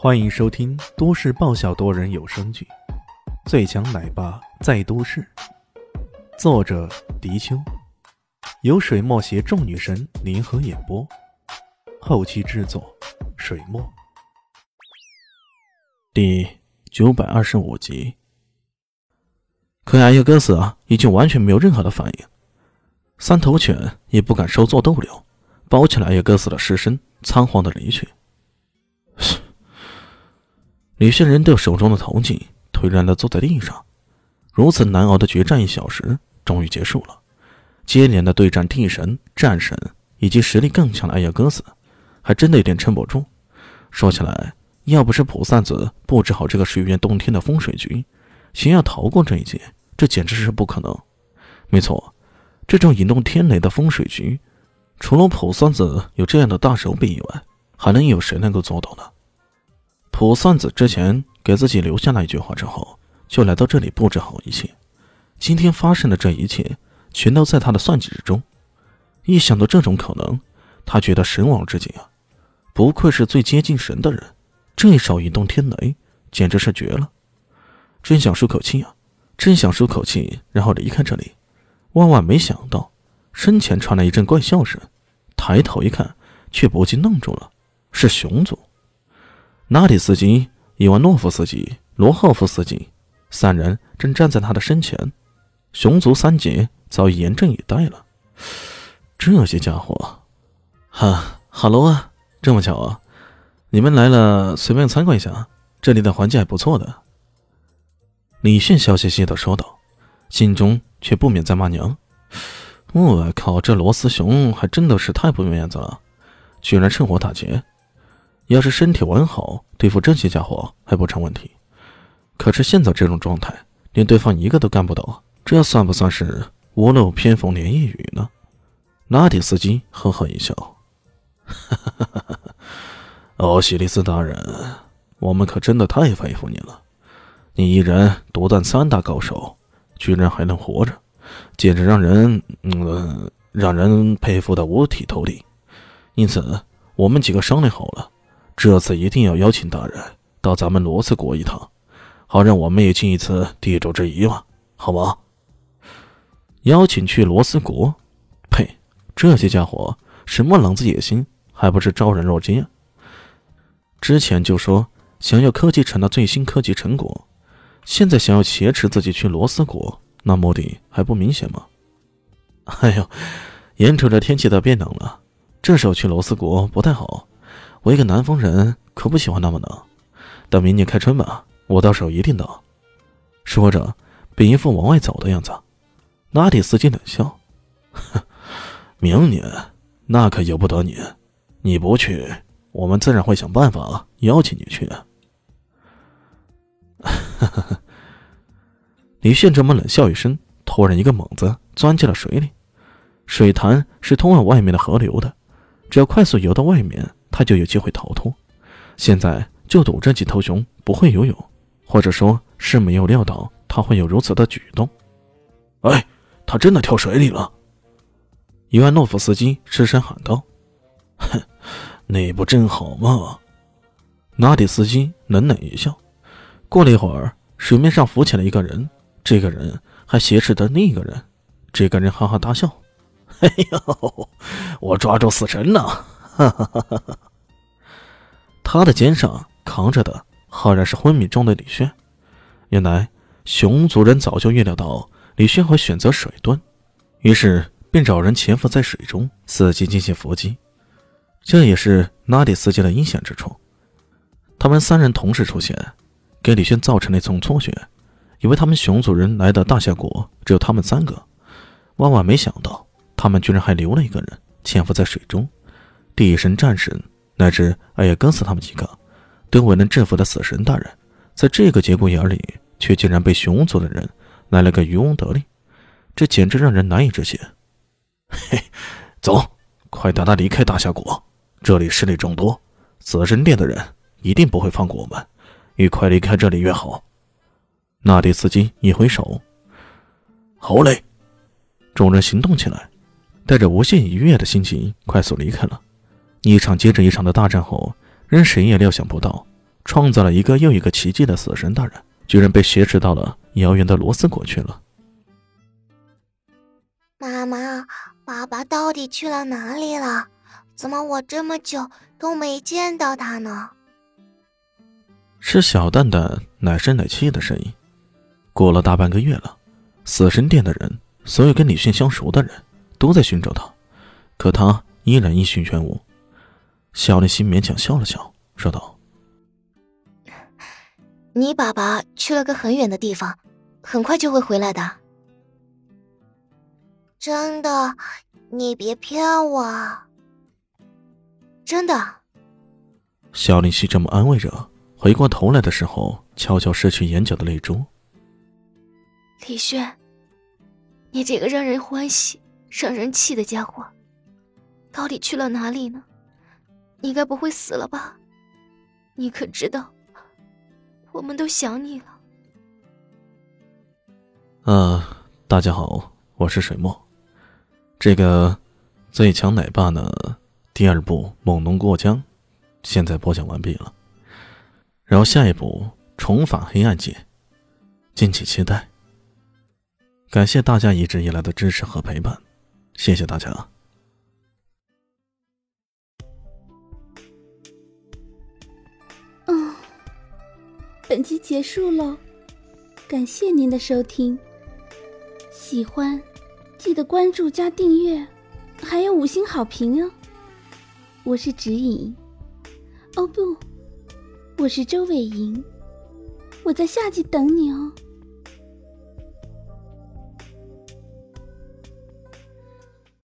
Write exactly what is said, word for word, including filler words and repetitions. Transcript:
欢迎收听都市爆笑多人有声剧《最强奶爸在都市》，作者：迪秋，由水墨携众女神联合演播，后期制作：水墨。第九百二十五集。可艾耶格斯啊，已经完全没有任何的反应，三头犬也不敢稍作逗留，包起了艾耶格斯的尸身，仓皇的离去。李轩人对手中的铜镜，颓然地坐在地上。如此难熬的决战一小时终于结束了，接连的对战地神、战神以及实力更强的艾亚戈斯，还真的有点撑不住。说起来，要不是普散子布置好这个水源洞天的风水局，想要逃过这一劫，这简直是不可能。没错，这种引动天雷的风水局，除了普散子有这样的大手笔以外，还能有谁能够做到呢？普散子之前给自己留下那一句话之后，就来到这里布置好一切。今天发生的这一切，全都在他的算计之中。一想到这种可能，他觉得神往之境啊，不愧是最接近神的人，这一手引动天雷，简直是绝了。真想舒口气啊，真想舒口气，然后离开这里。万万没想到，身前传来一阵怪笑声，抬头一看，却不禁愣住了，是熊族。纳里斯基、伊万诺夫斯基、罗霍夫斯基三人正站在他的身前，熊族三杰早已严阵以待了。这些家伙，哈哈喽啊，这么巧啊，你们来了，随便参观一下，这里的环境还不错的。李迅笑嘻嘻地说道，心中却不免在骂娘。我靠，这罗斯熊还真的是太不没面子了，居然趁火打劫。要是身体完好，对付这些家伙还不成问题。可是现在这种状态，连对方一个都干不倒，这算不算是屋漏偏逢连夜雨呢？拉蒂斯基呵呵一笑，欧西里斯大人，我们可真的太佩服你了。你一人独断三大高手，居然还能活着，简直让人嗯，让人佩服的五体投地。因此我们几个商量好了，这次一定要邀请大人到咱们罗斯国一趟，好让我们也尽一次地主之谊嘛，好吗？邀请去罗斯国？呸！这些家伙什么狼子野心，还不是招人若惊啊！之前就说想要科技城的最新科技成果，现在想要挟持自己去罗斯国，那目的还不明显吗？哎呦，眼瞅着天气的变冷了，这时候去罗斯国不太好。我一个南方人可不喜欢那么冷，等明年开春吧，我到时候一定到。说着便一副往外走的样子。拉蒂斯基冷笑，明年那可由不得你，你不去，我们自然会想办法邀请你去。李炫这么冷笑一声，突然一个猛子钻进了水里。水潭是通往外面的河流的，只要快速游到外面，他就有机会逃脱。现在就赌这几头熊不会游泳，或者说是没有料到他会有如此的举动。哎，他真的跳水里了！伊万诺夫斯基失声喊道。哼，那不正好吗？纳迪斯基冷冷一笑。过了一会儿，水面上浮起了一个人，这个人还挟持着另一个人。这个人哈哈大笑。哎呦，我抓住死神了！哈哈哈哈哈！他的肩上扛着的赫然是昏迷中的李炫。原来熊族人早就预料到李炫会选择水遁，于是便找人潜伏在水中，伺机进行伏击。这也是拉蒂斯基的阴险之处。他们三人同时出现，给李炫造成了一层错觉，以为他们熊族人来的大夏国只有他们三个，万万没想到他们居然还留了一个人潜伏在水中。地神、战神乃至艾亚戈斯他们几个都未能制服的死神大人，在这个节骨眼里却竟然被熊族的人来了个渔翁得利，这简直让人难以置信。嘿，走，快带他离开大夏国，这里势力众多，死神殿的人一定不会放过我们，越快离开这里越好。纳迪斯基一挥手，好嘞！众人行动起来，带着无限愉悦的心情快速离开了。一场接着一场的大战后，让谁也料想不到， 创造了一个又一个奇迹的死神大人，居然被挟持到了遥远的罗斯国去了。 妈妈，爸爸到底去了哪里了？怎么我这么久都没见到他呢？ 是小蛋蛋奶声奶气的声音。过了大半个月了，死神殿的人，所有跟李迅相熟的人都在寻找他，可他依然音讯全无。小林希勉强笑了笑，说道： 你爸爸去了个很远的地方，很快就会回来的。真的？你别骗我。真的。 小林希这么安慰着，回过头来的时候悄悄拭去眼角的泪珠。 李轩，你这个让人欢喜让人气的家伙，到底去了哪里呢？你该不会死了吧？你可知道我们都想你了。 呃，大家好，我是水墨。这个最强奶爸呢，第二部猛龙过江现在播讲完毕了，然后下一部重返黑暗界，敬请期待。感谢大家一直以来的支持和陪伴，谢谢大家。 嗯，本集结束了，感谢您的收听。喜欢记得关注加订阅，还有五星好评哦。我是指引，哦不，我是周伟莹，我在下集等你哦。